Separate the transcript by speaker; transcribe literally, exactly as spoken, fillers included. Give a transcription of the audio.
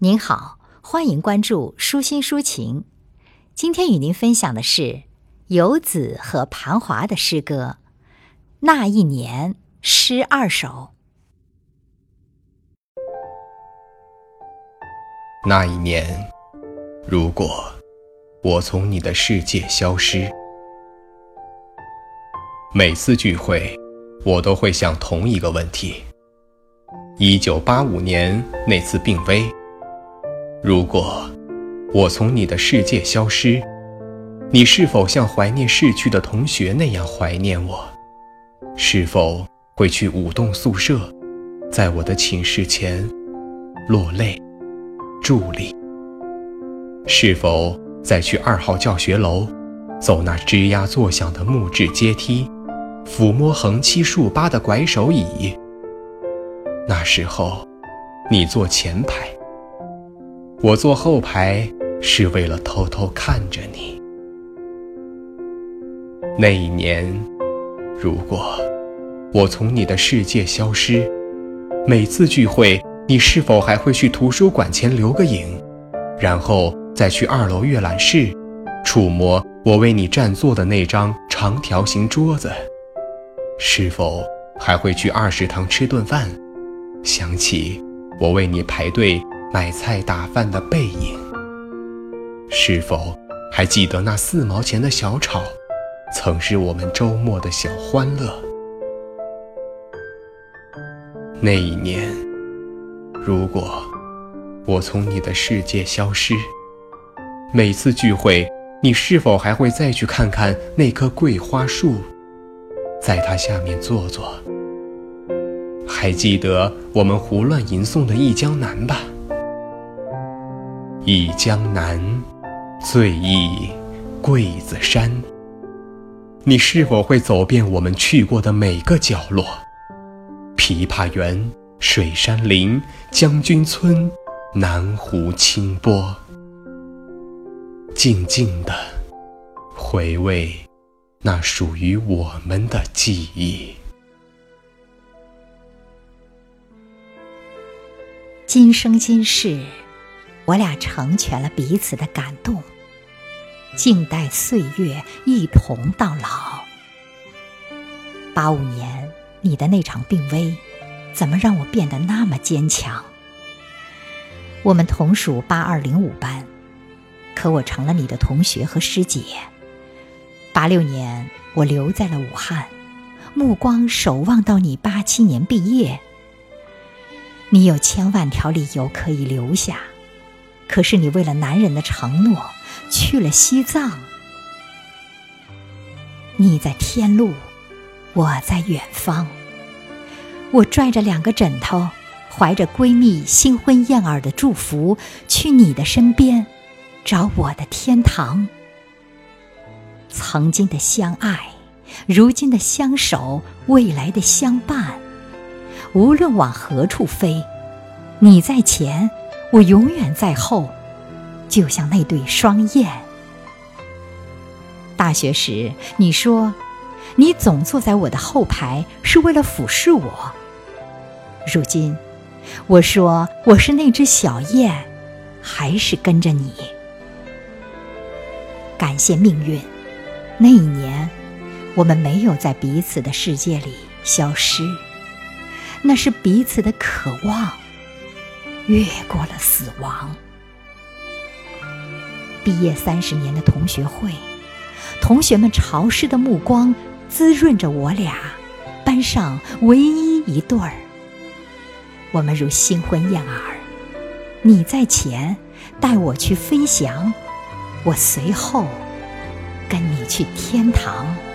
Speaker 1: 您好，欢迎关注舒心抒情。今天与您分享的是游子和盘华的诗歌《那一年》诗二首。
Speaker 2: 那一年，如果我从你的世界消失，每次聚会我都会想同一个问题。一九八五年那次病危，如果我从你的世界消失，你是否像怀念逝去的同学那样怀念我？是否会去舞动宿舍，在我的寝室前落泪伫立？是否再去二号教学楼，走那吱呀作响的木质阶梯，抚摸横七竖八的拐手椅？那时候你坐前排，我坐后排，是为了偷偷看着你。那一年，如果我从你的世界消失，每次聚会你是否还会去图书馆前留个影，然后再去二楼阅览室触摸我为你占座的那张长条形桌子？是否还会去二食堂吃顿饭，想起我为你排队买菜打饭的背影？是否还记得那四毛钱的小炒曾是我们周末的小欢乐？那一年，如果我从你的世界消失，每次聚会你是否还会再去看看那棵桂花树，在它下面坐坐？还记得我们胡乱吟诵的《忆江南》吧？忆江南，最忆桂子山。你是否会走遍我们去过的每个角落？琵琶园、水杉林、将军村、南湖清波，静静地回味那属于我们的记忆。
Speaker 1: 今生今世，我俩成全了彼此的感动，静待岁月一同到老。八五年你的那场病危，怎么让我变得那么坚强？我们同属八二零五班，可我成了你的同学和师姐。八六年我留在了武汉，目光守望到你八七年毕业。你有千万条理由可以留下，可是你为了男人的承诺去了西藏。你在天路，我在远方。我拽着两个枕头，怀着闺蜜新婚燕尔的祝福，去你的身边找我的天堂。曾经的相爱，如今的相守，未来的相伴，无论往何处飞，你在前，我永远在后，就像那对双燕。大学时你说你总坐在我的后排是为了俯视我，如今我说我是那只小燕，还是跟着你。感谢命运，那一年我们没有在彼此的世界里消失，那是彼此的渴望越过了死亡。毕业三十年的同学会，同学们潮湿的目光滋润着我俩班上唯一一对儿。我们如新婚燕尔，你在前带我去飞翔，我随后跟你去天堂。